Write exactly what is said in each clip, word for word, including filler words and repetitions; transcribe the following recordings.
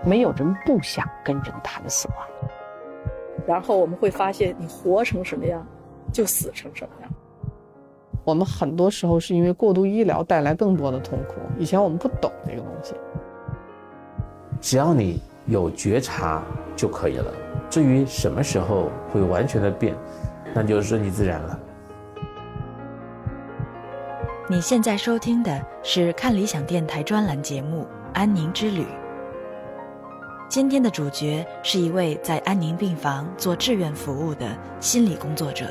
没有人不想跟人谈死亡。 然后我们会发现，你活成什么样，就死成什么样。 我们很多时候是因为过度医疗带来更多的痛苦，以前我们不懂这个东西。 只要你有觉察就可以了，至于什么时候会完全的变，那就顺其自然了。 你现在收听的是看理想电台专栏节目《安宁之旅》。今天的主角是一位在安宁病房做志愿服务的心理工作者。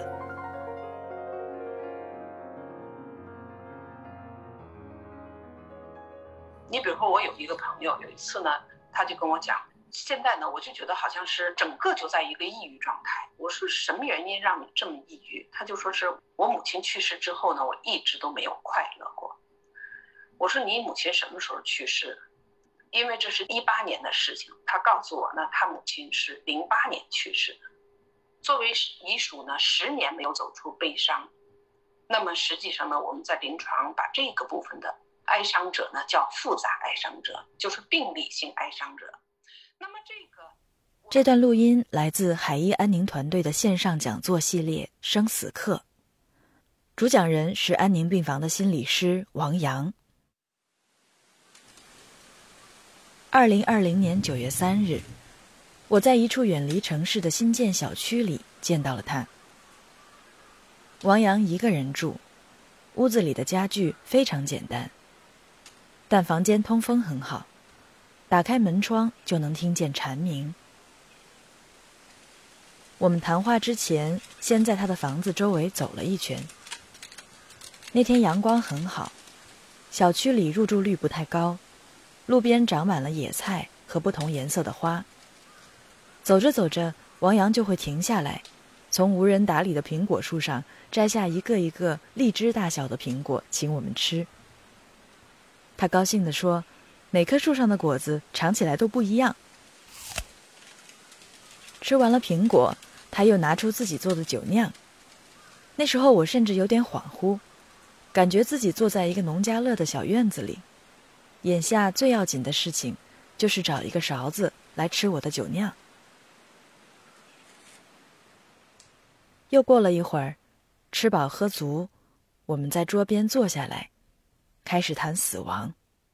你比如说，我有一个朋友，有一次呢，他就跟我讲，现在呢，我就觉得好像是整个就在一个抑郁状态。我说什么原因让你这么抑郁？他就说是我母亲去世之后呢，我一直都没有快乐过。我说你母亲什么时候去世的？因为这是一八年的事情，他告诉我呢，他母亲是零八年去世的。作为遗属呢，十年没有走出悲伤。那么实际上呢，我们在临床把这个部分的哀伤者呢叫复杂哀伤者，就是病理性哀伤者。那么这个这段录音来自海医安宁团队的线上讲座系列《生死课》，主讲人是安宁病房的心理师王阳。二零二零年九月三日，我在一处远离城市的新建小区里见到了他。王阳一个人住，屋子里的家具非常简单，但房间通风很好，打开门窗就能听见蝉鸣。我们谈话之前，先在他的房子周围走了一圈。那天阳光很好，小区里入住率不太高，路边长满了野菜和不同颜色的花。走着走着，王阳就会停下来，从无人打理的苹果树上摘下一个一个荔枝大小的苹果请我们吃。他高兴地说，每棵树上的果子尝起来都不一样。吃完了苹果，他又拿出自己做的酒酿。那时候我甚至有点恍惚，感觉自己坐在一个农家乐的小院子里，眼下最要紧的事情就是找一个勺子来吃我的酒酿。又过了一会儿，吃饱喝足，我们在桌边坐下来，开始谈死亡。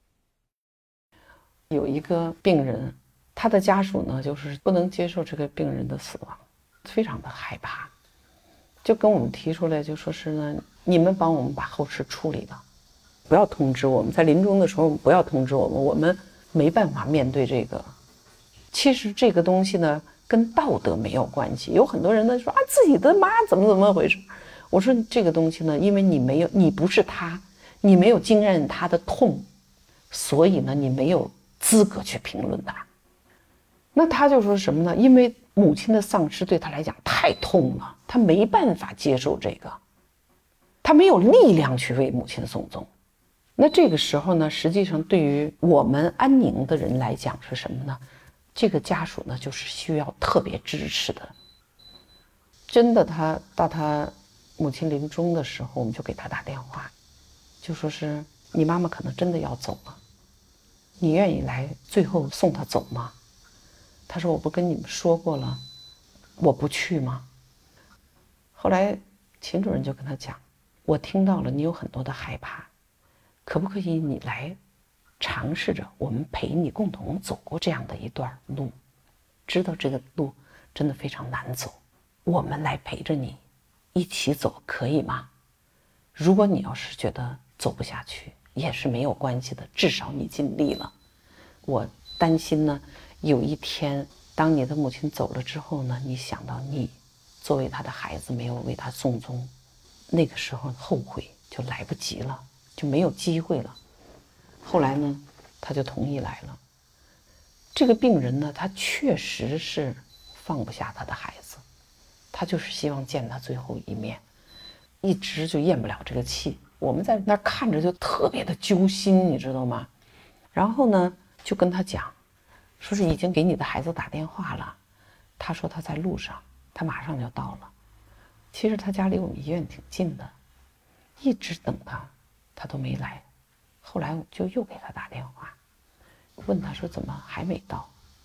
有一个病人，他的家属呢，就是不能接受这个病人的死亡，非常的害怕，就跟我们提出来，就说是呢，你们帮我们把后事处理了，不要通知我们，在临终的时候不要通知我们，我们没办法面对这个。其实这个东西呢，跟道德没有关系。有很多人呢说啊，自己的妈怎么怎么回事？我说这个东西呢，因为你没有，你不是他，你没有经验他的痛，所以呢，你没有资格去评论他。那他就说什么呢？因为母亲的丧失对他来讲太痛了，他没办法接受这个，他没有力量去为母亲送终。那这个时候呢，实际上对于我们安宁的人来讲是什么呢？这个家属呢，就是需要特别支持的。真的，他到他母亲临终的时候，我们就给他打电话，就说是你妈妈可能真的要走了，你愿意来最后送她走吗？他说我不跟你们说过了，我不去吗？后来秦主任就跟他讲，我听到了你有很多的害怕，可不可以你来尝试着我们陪你共同走过这样的一段路，知道这个路真的非常难走，我们来陪着你一起走，可以吗？如果你要是觉得走不下去也是没有关系的，至少你尽力了。我担心呢，有一天当你的母亲走了之后呢，你想到你作为他的孩子没有为他送终，那个时候后悔就来不及了，就没有机会了。后来呢，他就同意来了。这个病人呢，他确实是放不下他的孩子，他就是希望见他最后一面，一直就咽不了这个气。我们在那儿看着就特别的揪心，你知道吗？然后呢，就跟他讲，说是已经给你的孩子打电话了，他说他在路上，他马上就到了。其实他家离我们医院挺近的，一直等他，他都没来。后来我就又给他打电话，问他说怎么还没到？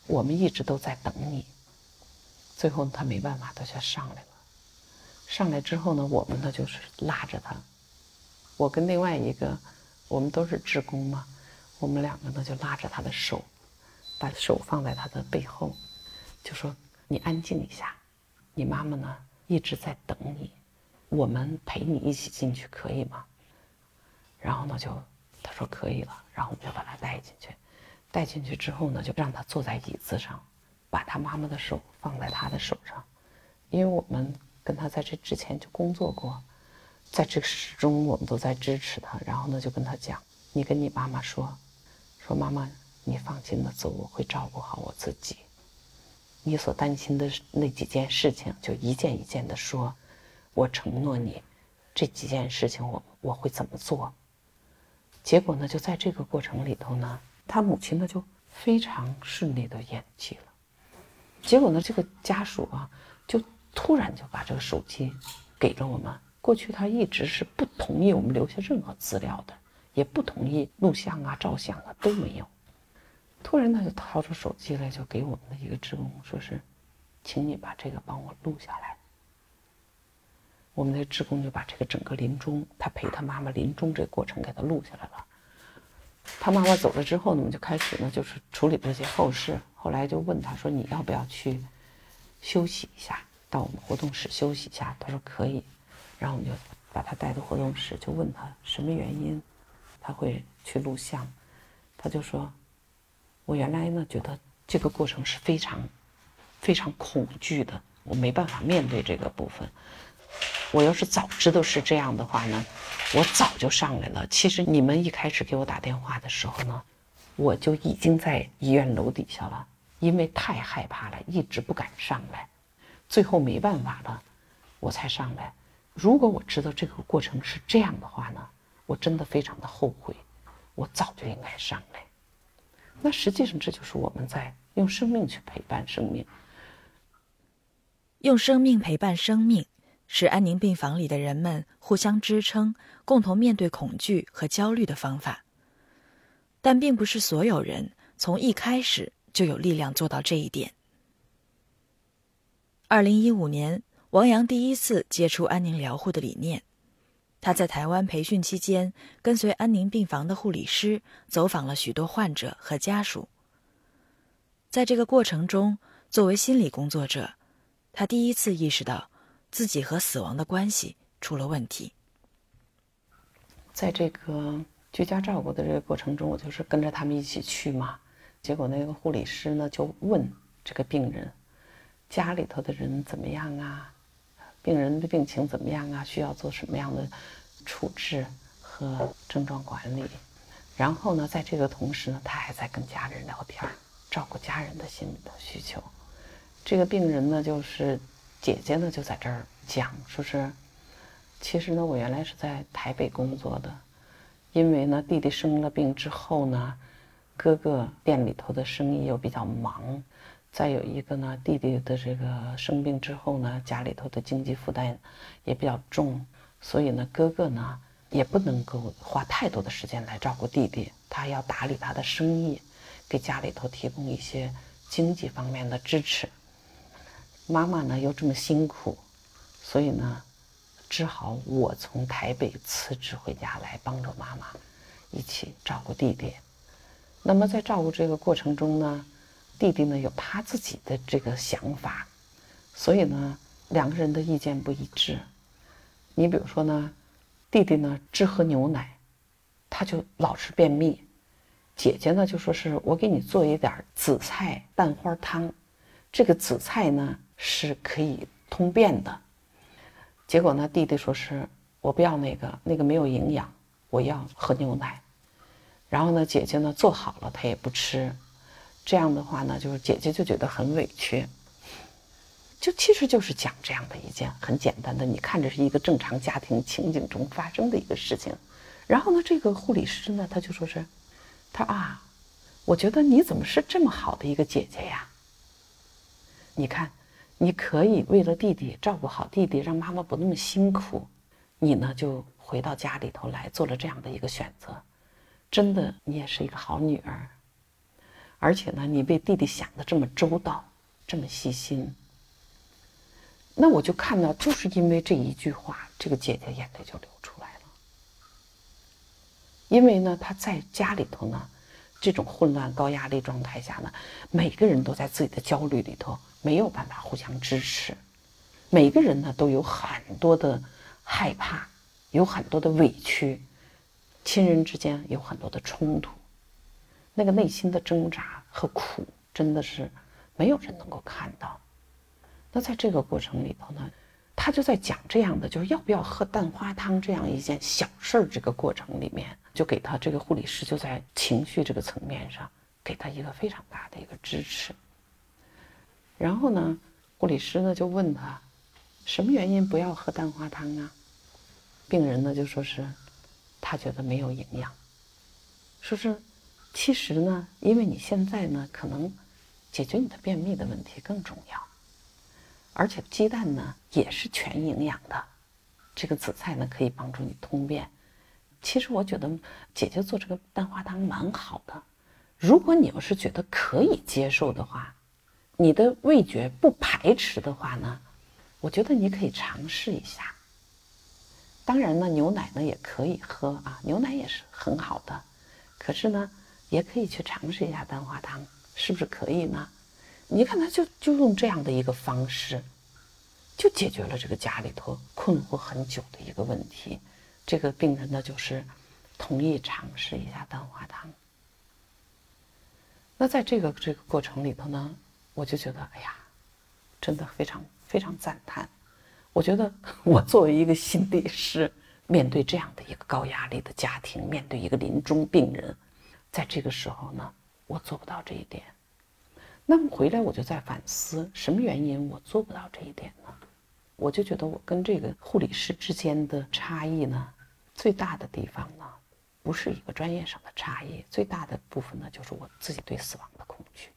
我们一直都在等你。最后他没办法，他就上来了。上来之后呢，我们呢就是拉着他，我跟另外一个，我们都是志工嘛，我们两个呢就拉着他的手，把手放在他的背后，就说你安静一下，你妈妈呢一直在等你，我们陪你一起进去可以吗？然后呢就他说可以了，然后我们就把他带进去，带进去之后呢就让他坐在椅子上，把他妈妈的手放在他的手上，因为我们跟他在这之前就工作过，在这个始终我们都在支持他，然后呢就跟他讲，你跟你妈妈说，说妈妈你放心的走，我会照顾好我自己，你所担心的那几件事情就一件一件的说，我承诺你这几件事情我我会怎么做。结果呢就在这个过程里头呢，他母亲呢就非常顺利的咽气了。结果呢这个家属啊就突然就把这个手机给了我们，过去他一直是不同意我们留下任何资料的，也不同意录像啊照相啊都没有。突然他就掏出手机来，就给我们的一个职工说是请你把这个帮我录下来。我们的职工就把这个整个临终，他陪他妈妈临终这个过程给他录下来了。他妈妈走了之后呢，我们就开始呢就是处理这些后事。后来就问他说你要不要去休息一下，到我们活动室休息一下。他说可以，然后我们就把他带到活动室，就问他什么原因他会去录像。他就说我原来呢觉得这个过程是非常非常恐惧的，我没办法面对这个部分，我要是早知道是这样的话呢，我早就上来了。其实你们一开始给我打电话的时候呢，我就已经在医院楼底下了，因为太害怕了，一直不敢上来，最后没办法了我才上来。如果我知道这个过程是这样的话呢，我真的非常的后悔，我早就应该上来。那实际上这就是我们在用生命去陪伴生命。 用生命陪伴生命，是安宁病房里的人们互相支撑，共同面对恐惧和焦虑的方法。但并不是所有人从一开始就有力量做到这一点。二零一五年，王阳第一次接触安宁疗护的理念。他在台湾培训期间，跟随安宁病房的护理师走访了许多患者和家属。在这个过程中，作为心理工作者，他第一次意识到自己和死亡的关系出了问题。 在这个居家照顾的这个过程中，我就是跟着他们一起去嘛。结果那个护理师呢就问这个病人，家里头的人怎么样啊？病人的病情怎么样啊？需要做什么样的处置和症状管理？然后呢，在这个同时呢，他还在跟家人聊天，照顾家人的心理的需求。这个病人呢，就是姐姐呢，就在这儿讲，说是其实呢，我原来是在台北工作的，因为呢，弟弟生了病之后呢，哥哥店里头的生意又比较忙。再有一个呢，弟弟的这个生病之后呢，家里头的经济负担也比较重，所以呢，哥哥呢也不能够花太多的时间来照顾弟弟，他要打理他的生意，给家里头提供一些经济方面的支持。妈妈呢又这么辛苦，所以呢，只好我从台北辞职回家来帮着妈妈一起照顾弟弟。那么在照顾这个过程中呢，弟弟呢有他自己的这个想法，所以呢两个人的意见不一致。你比如说呢，弟弟呢只喝牛奶，他就老是便秘。姐姐呢就说是我给你做一点紫菜蛋花汤，这个紫菜呢是可以通便的。结果呢弟弟说是我不要那个，那个没有营养，我要喝牛奶。然后呢姐姐呢做好了他也不吃，这样的话呢就是姐姐就觉得很委屈。就其实就是讲这样的一件很简单的，你看着是一个正常家庭情景中发生的一个事情。然后呢这个护理师呢他就说是他啊，我觉得你怎么是这么好的一个姐姐呀，你看你可以为了弟弟照顾好弟弟，让妈妈不那么辛苦，你呢就回到家里头来做了这样的一个选择，真的你也是一个好女儿。 而且呢，你为弟弟想的这么周到，这么细心。那我就看到，就是因为这一句话，这个姐姐眼泪就流出来了。因为呢，她在家里头呢，这种混乱、高压力状态下呢，每个人都在自己的焦虑里头，没有办法互相支持。每个人呢，都有很多的害怕，有很多的委屈，亲人之间有很多的冲突，那个内心的挣扎和苦，真的是没有人能够看到。那在这个过程里头呢，他就在讲这样的，就是要不要喝蛋花汤这样一件小事儿，这个过程里面，就给他这个护理师就在情绪这个层面上给他一个非常大的一个支持。然后呢，护理师呢就问他，什么原因不要喝蛋花汤啊？病人呢就说是他觉得没有营养，说是其实呢，因为你现在呢可能解决你的便秘的问题更重要，而且鸡蛋呢也是全营养的，这个紫菜呢可以帮助你通便。其实我觉得姐姐做这个蛋花汤蛮好的，如果你要是觉得可以接受的话，你的味觉不排斥的话呢，我觉得你可以尝试一下。当然呢，牛奶呢也可以喝啊，牛奶也是很好的，可是呢也可以去尝试一下蛋花汤，是不是可以呢？你看他就就用这样的一个方式，就解决了这个家里头困惑很久的一个问题。这个病人呢就是同意尝试一下蛋花汤。那在这个这个过程里头呢，我就觉得哎呀，真的非常非常赞叹。我觉得我作为一个心理师，面对这样的一个高压力的家庭，面对一个临终病人，在这个时候呢，我做不到这一点。那么回来我就在反思，什么原因我做不到这一点呢？我就觉得我跟这个护理师之间的差异呢，最大的地方呢，不是一个专业上的差异，最大的部分呢，就是我自己对死亡的恐惧。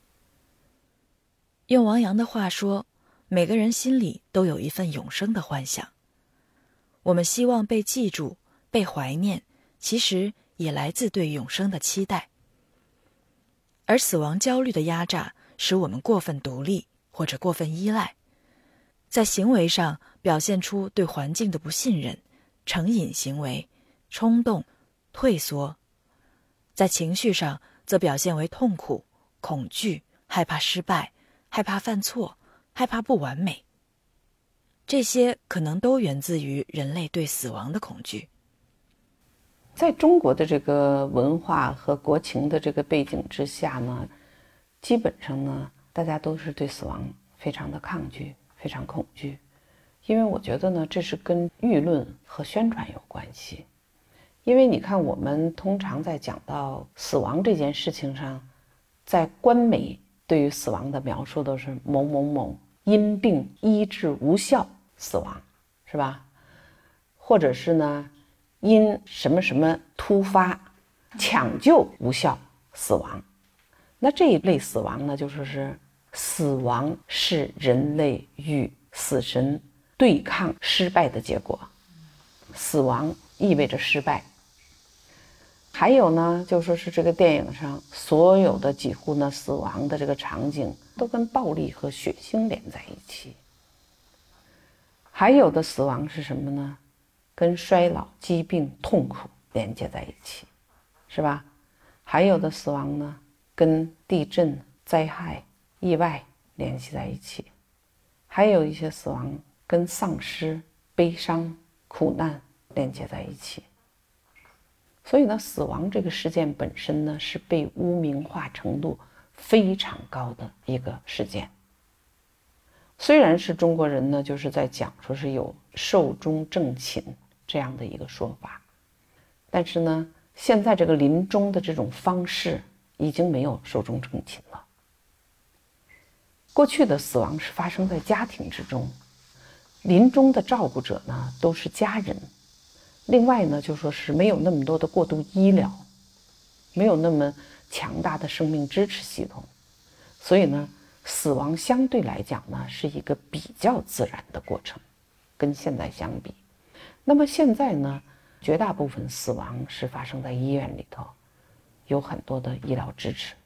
用王阳的话说，每个人心里都有一份永生的幻想。我们希望被记住、被怀念，其实也来自对永生的期待。而死亡焦虑的压榨使我们过分独立或者过分依赖，在行为上表现出对环境的不信任、成瘾行为、冲动、退缩；在情绪上则表现为痛苦、恐惧、害怕失败、害怕犯错、害怕不完美。这些可能都源自于人类对死亡的恐惧。 在中国的这个文化和国情的这个背景之下呢，基本上呢，大家都是对死亡非常的抗拒，非常恐惧。因为我觉得呢，这是跟舆论和宣传有关系。因为你看，我们通常在讲到死亡这件事情上，在官媒对于死亡的描述都是某某某因病医治无效死亡，是吧？或者是呢，因什么什么突发抢救无效死亡。那这一类死亡呢，就说是死亡是人类与死神对抗失败的结果，死亡意味着失败。还有呢，就说是这个电影上所有的几乎呢死亡的这个场景都跟暴力和血腥连在一起。还有的死亡是什么呢？跟衰老、疾病、痛苦连接在一起，是吧？还有的死亡呢，跟地震、灾害、意外联系在一起。还有一些死亡跟丧失、悲伤、苦难连接在一起。所以呢，死亡这个事件本身呢，是被污名化程度非常高的一个事件。虽然是中国人呢，就是在讲说是有寿终正寝这样的一个说法，但是呢，现在这个临终的这种方式已经没有寿终正寝了。过去的死亡是发生在家庭之中，临终的照顾者呢都是家人。另外呢，就说是没有那么多的过度医疗，没有那么强大的生命支持系统，所以呢，死亡相对来讲呢是一个比较自然的过程，跟现在相比。那么现在呢，绝大部分死亡是发生在医院里头，有很多的医疗支持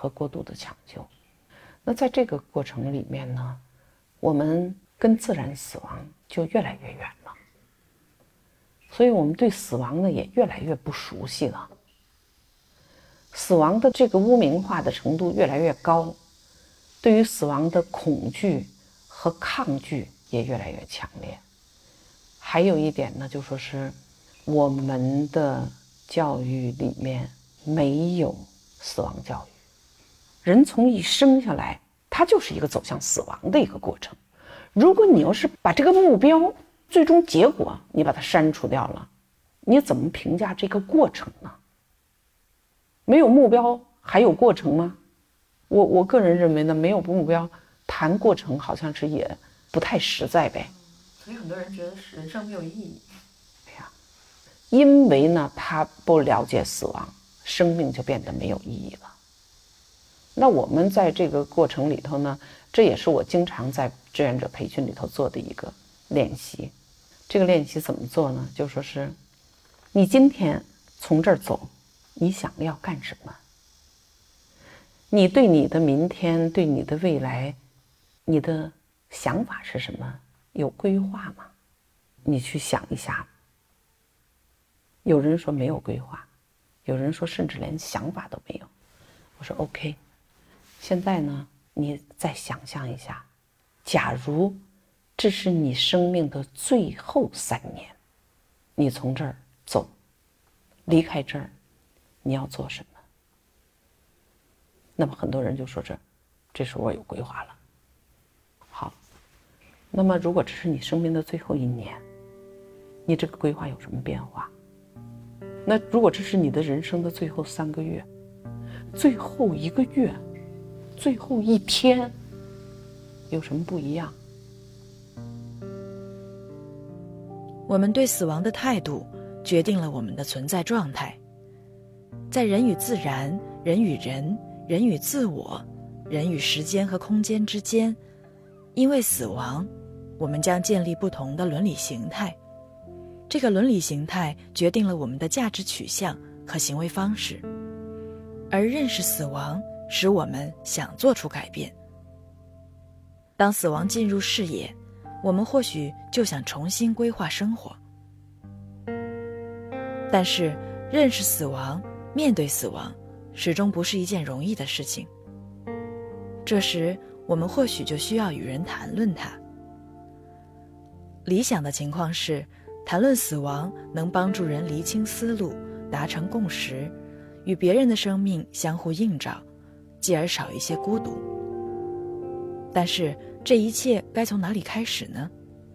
和过度的抢救。那在这个过程里面呢，我们跟自然死亡就越来越远了，所以我们对死亡呢也越来越不熟悉了。死亡的这个污名化的程度越来越高，对于死亡的恐惧和抗拒也越来越强烈。还有一点呢，就说是我们的教育里面没有死亡教育。人从一生下来，他就是一个走向死亡的一个过程。如果你要是把这个目标最终结果你把它删除掉了，你怎么评价这个过程呢？没有目标还有过程吗？我我个人认为呢，没有目标谈过程好像是也不太实在呗。 所以很多人觉得人生没有意义。 对呀，因为呢他不了解死亡，生命就变得没有意义了。那我们在这个过程里头呢，这也是我经常在志愿者培训里头做的一个练习。这个练习怎么做呢？就说是你今天从这儿走，你想要干什么？你对你的明天，对你的未来，你的想法是什么？有规划吗？你去想一下。有人说没有规划，有人说甚至连想法都没有。我说 OK， 现在呢，你再想象一下，假如这是你生命的最后三年，你从这儿走，离开这儿，你要做什么？那么很多人就说这，这时候我有规划了。好，那么如果这是你生命的最后一年，你这个规划有什么变化？那如果这是你的人生的最后三个月，最后一个月，最后一天，有什么不一样？ 我们对死亡的态度决定了我们的存在状态。在人与自然、人与人、人与自我、人与时间和空间之间，因为死亡，我们将建立不同的伦理形态。这个伦理形态决定了我们的价值取向和行为方式，而认识死亡使我们想做出改变。当死亡进入视野，我们或许就想重新规划生活。但是认识死亡，面对死亡，始终不是一件容易的事情。这时我们或许就需要与人谈论它。理想的情况是，谈论死亡能帮助人厘清思路，达成共识，与别人的生命相互映照，继而少一些孤独。但是这一切该从哪里开始呢？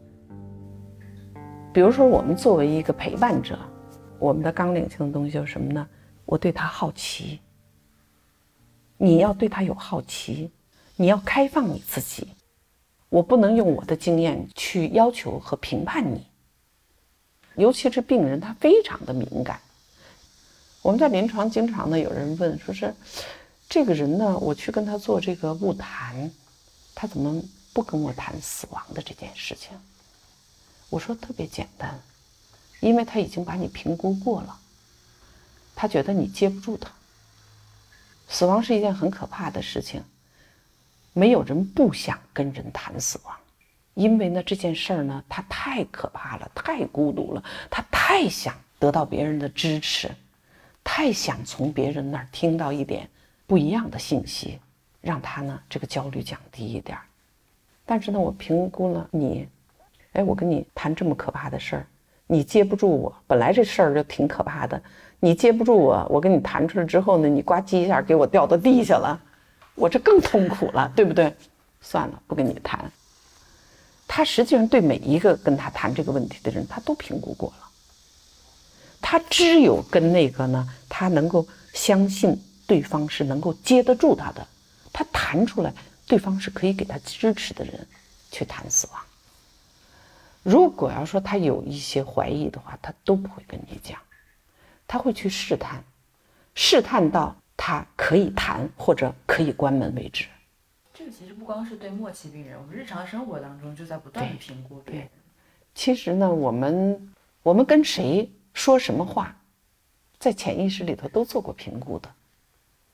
比如说我们作为一个陪伴者，我们的纲领性的东西就是什么呢？我对他好奇，你要对他有好奇，你要开放你自己，我不能用我的经验去要求和评判你。尤其是病人他非常的敏感。我们在临床经常呢有人问说是这个人呢，我去跟他做这个物谈，他怎么不跟我谈死亡的这件事情？我说特别简单，因为他已经把你评估过了，他觉得你接不住他。死亡是一件很可怕的事情，没有人不想跟人谈死亡，因为呢这件事儿呢它太可怕了，太孤独了，他太想得到别人的支持，太想从别人那儿听到一点不一样的信息，让他呢这个焦虑降低一点。但是呢我评估了你，哎，我跟你谈这么可怕的事儿，你接不住我，本来这事儿就挺可怕的，你接不住我，我跟你谈出来之后呢，你呱唧一下给我掉到地下了，我这更痛苦了，对不对？算了，不跟你谈。他实际上对每一个跟他谈这个问题的人，他都评估过了。他只有跟那个呢，他能够相信对方是能够接得住他的，他谈出来对方是可以给他支持的人，去谈死亡。如果要说他有一些怀疑的话，他都不会跟你讲，他会去试探，试探到他可以谈或者可以关门为止。 这个其实不光是对末期病人，我们日常生活当中就在不断的评估别人。 其实呢，我们我们跟谁说什么话，在潜意识里头都做过评估的。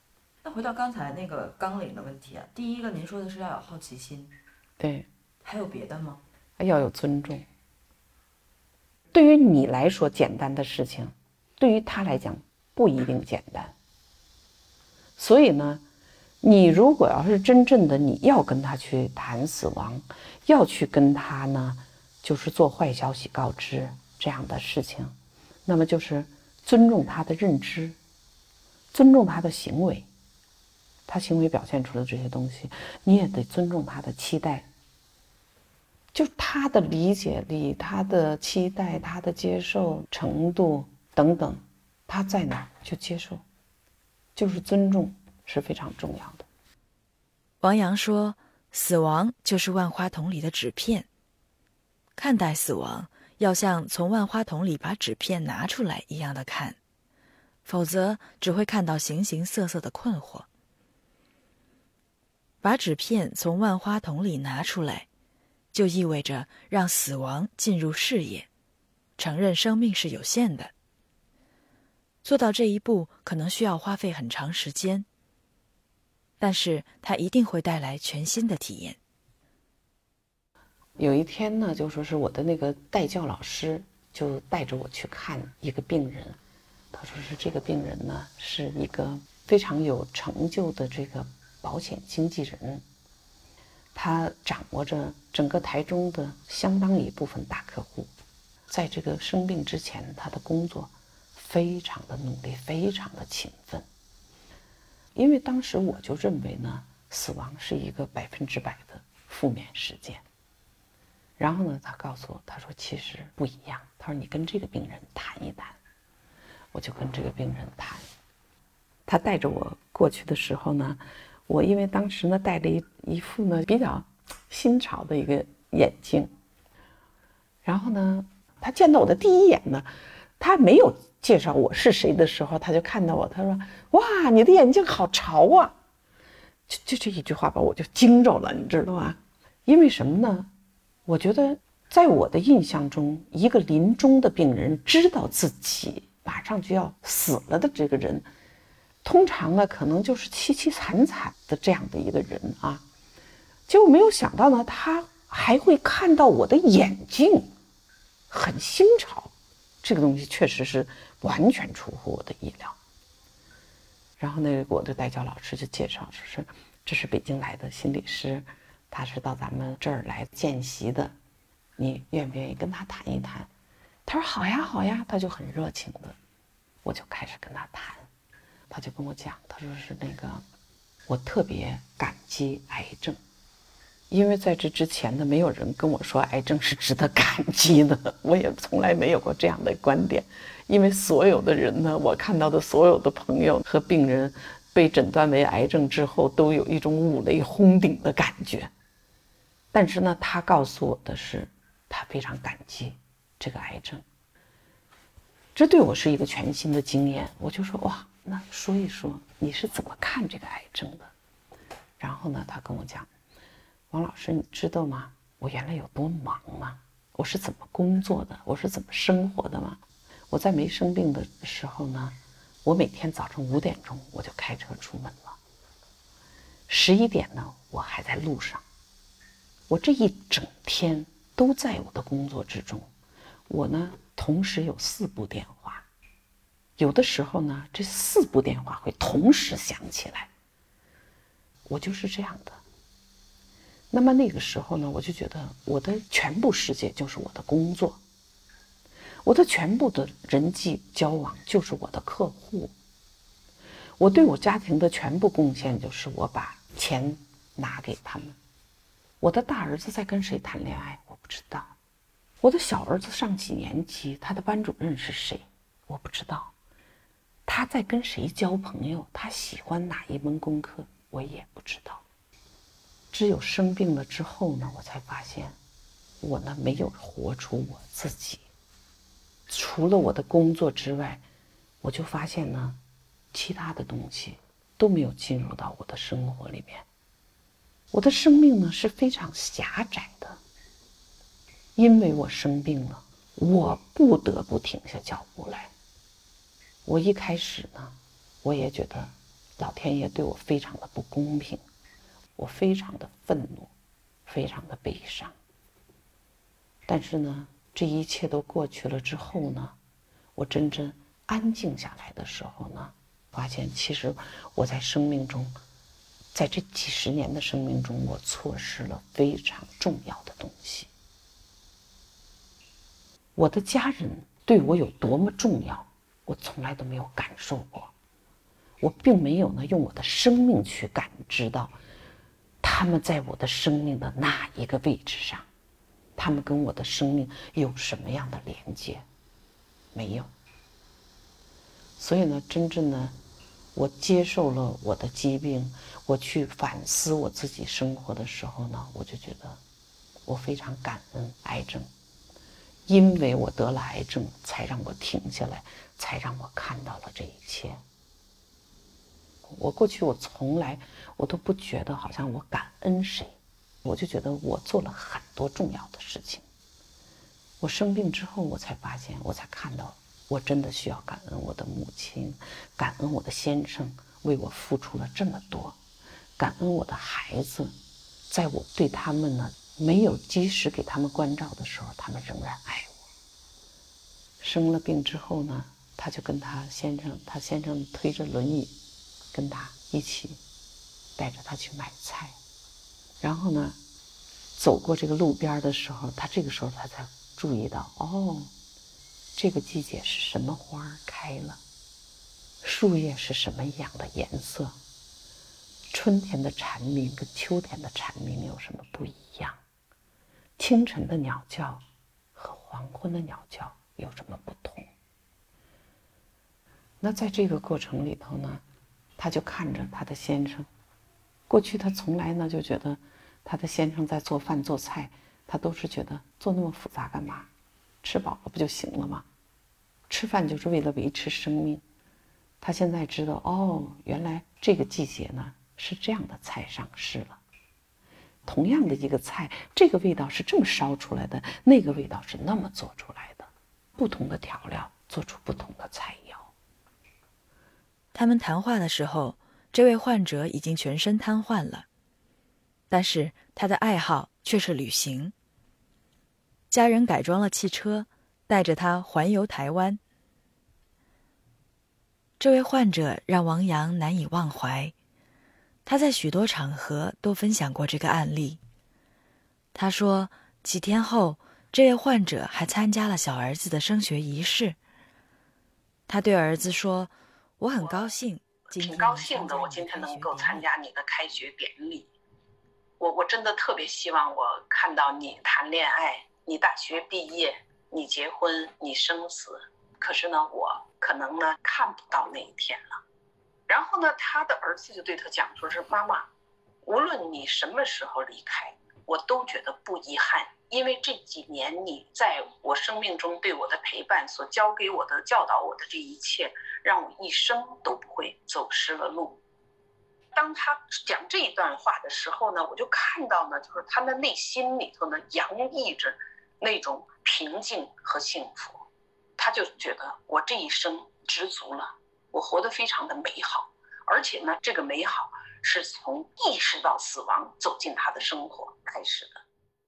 那回到刚才那个纲领的问题啊，第一个您说的是要有好奇心， 对， 还有别的吗？ 要有尊重。对于你来说简单的事情，对于他来讲不一定简单。所以呢，你如果要是真正的你要跟他去谈死亡，要去跟他呢，就是做坏消息告知这样的事情，那么就是尊重他的认知，尊重他的行为，他行为表现出的这些东西，你也得尊重他的期待。就他的理解力、他的期待、他的接受程度等等，他在哪就接受，就是尊重是非常重要的。 王阳说，死亡就是万花筒里的纸片，看待死亡要像从万花筒里把纸片拿出来一样的看，否则只会看到形形色色的困惑。把纸片从万花筒里拿出来，就意味着让死亡进入视野，承认生命是有限的。做到这一步可能需要花费很长时间，但是它一定会带来全新的体验。 有一天呢，就说是我的那个代教老师就带着我去看一个病人，他说是这个病人呢是一个非常有成就的这个保险经纪人，他掌握着整个台中的相当一部分大客户。在这个生病之前，他的工作非常的努力，非常的勤奋。因为当时我就认为呢，死亡是一个百分之百的负面事件。然后呢，他告诉我，他说其实不一样。他说你跟这个病人谈一谈。我就跟这个病人谈。他带着我过去的时候呢，我因为当时呢戴了一一副呢比较新潮的一个眼镜。然后呢，他见到我的第一眼呢，他没有介绍我是谁的时候，他就看到我，他说：“哇，你的眼镜好潮啊！”就就这一句话把我就惊着了，你知道吗？因为什么呢？我觉得在我的印象中，一个临终的病人知道自己马上就要死了的这个人，通常呢可能就是凄凄惨惨的这样的一个人啊。结果没有想到呢，他还会看到我的眼镜，很新潮。这个东西确实是完全出乎我的意料。然后那个我的代教老师就介绍说是这是北京来的心理师，他是到咱们这儿来见习的，你愿不愿意跟他谈一谈？他说好呀好呀，他就很热情的，我就开始跟他谈。他就跟我讲，他说是那个我特别感激癌症，因为在这之前呢，没有人跟我说癌症是值得感激的，我也从来没有过这样的观点。因为所有的人呢，我看到的所有的朋友和病人被诊断为癌症之后，都有一种五雷轰顶的感觉。但是呢，他告诉我的是，他非常感激这个癌症。这对我是一个全新的经验。我就说哇，那说一说你是怎么看这个癌症的？然后呢，他跟我讲，王老师，你知道吗？我原来有多忙吗？我是怎么工作的？我是怎么生活的吗？我在没生病的时候呢，我每天早上五点钟我就开车出门了，十一点呢我还在路上，我这一整天都在我的工作之中。我呢同时有四部电话，有的时候呢这四部电话会同时响起来，我就是这样的。那么那个时候呢，我就觉得我的全部世界就是我的工作，我的全部的人际交往就是我的客户，我对我家庭的全部贡献就是我把钱拿给他们。我的大儿子在跟谁谈恋爱，我不知道。我的小儿子上几年级，他的班主任是谁，我不知道。他在跟谁交朋友，他喜欢哪一门功课，我也不知道。只有生病了之后呢，我才发现我呢没有活出我自己。除了我的工作之外，我就发现呢其他的东西都没有进入到我的生活里面。我的生命呢是非常狭窄的，因为我生病了，我不得不停下脚步来。我一开始呢我也觉得老天爷对我非常的不公平，我非常的愤怒，非常的悲伤。但是呢，这一切都过去了之后呢，我真正安静下来的时候呢，发现其实我在生命中，在这几十年的生命中，我错失了非常重要的东西。我的家人对我有多么重要，我从来都没有感受过。我并没有呢用我的生命去感知到他们在我的生命的哪一个位置上，他们跟我的生命有什么样的连接，没有。所以呢，真正呢我接受了我的疾病，我去反思我自己生活的时候呢，我就觉得我非常感恩癌症，因为我得了癌症才让我停下来，才让我看到了这一切。我过去我从来我都不觉得好像我感恩谁，我就觉得我做了很多重要的事情。我生病之后我才发现，我才看到我真的需要感恩我的母亲，感恩我的先生为我付出了这么多，感恩我的孩子，在我对他们呢没有及时给他们关照的时候，他们仍然爱我。生了病之后呢，他就跟他先生，他先生推着轮椅跟他一起带着他去买菜，然后呢走过这个路边的时候，他这个时候他才注意到，哦，这个季节是什么花开了，树叶是什么样的颜色，春天的蝉鸣跟秋天的蝉鸣有什么不一样，清晨的鸟叫和黄昏的鸟叫有什么不同。那在这个过程里头呢，他就看着他的先生，过去他从来呢就觉得他的先生在做饭做菜，他都是觉得做那么复杂干嘛，吃饱了不就行了吗？吃饭就是为了维持生命。他现在知道，哦，原来这个季节呢是这样的菜上市了，同样的一个菜，这个味道是这么烧出来的，那个味道是那么做出来的，不同的调料做出不同的菜肴。 他们谈话的时候，这位患者已经全身瘫痪了，但是他的爱好却是旅行。家人改装了汽车，带着他环游台湾。这位患者让王阳难以忘怀，他在许多场合都分享过这个案例。他说，几天后，这位患者还参加了小儿子的升学仪式。他对儿子说，我很高兴， 挺高兴的，我今天能够参加你的开学典礼。我我真的特别希望我看到你谈恋爱，你大学毕业，你结婚，你生死。可是呢，我可能呢看不到那一天了。然后呢，他的儿子就对他讲说是，妈妈，无论你什么时候离开，我都觉得不遗憾，因为这几年你在我生命中对我的陪伴，所教给我的、教导我的这一切，让我一生都不会走失了路。当他讲这一段话的时候呢，我就看到呢，就是他的内心里头呢洋溢着那种平静和幸福。他就觉得我这一生知足了，我活得非常的美好，而且呢，这个美好是从意识到死亡走进他的生活开始的。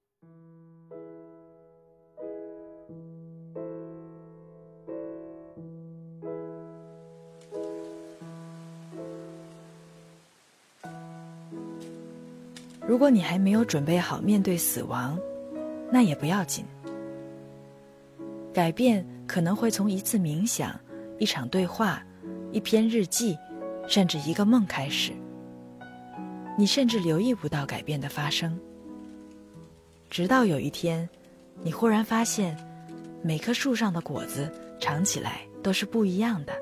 如果你还没有准备好面对死亡，那也不要紧。改变可能会从一次冥想、一场对话、一篇日记，甚至一个梦开始。你甚至留意不到改变的发生，直到有一天，你忽然发现，每棵树上的果子尝起来都是不一样的。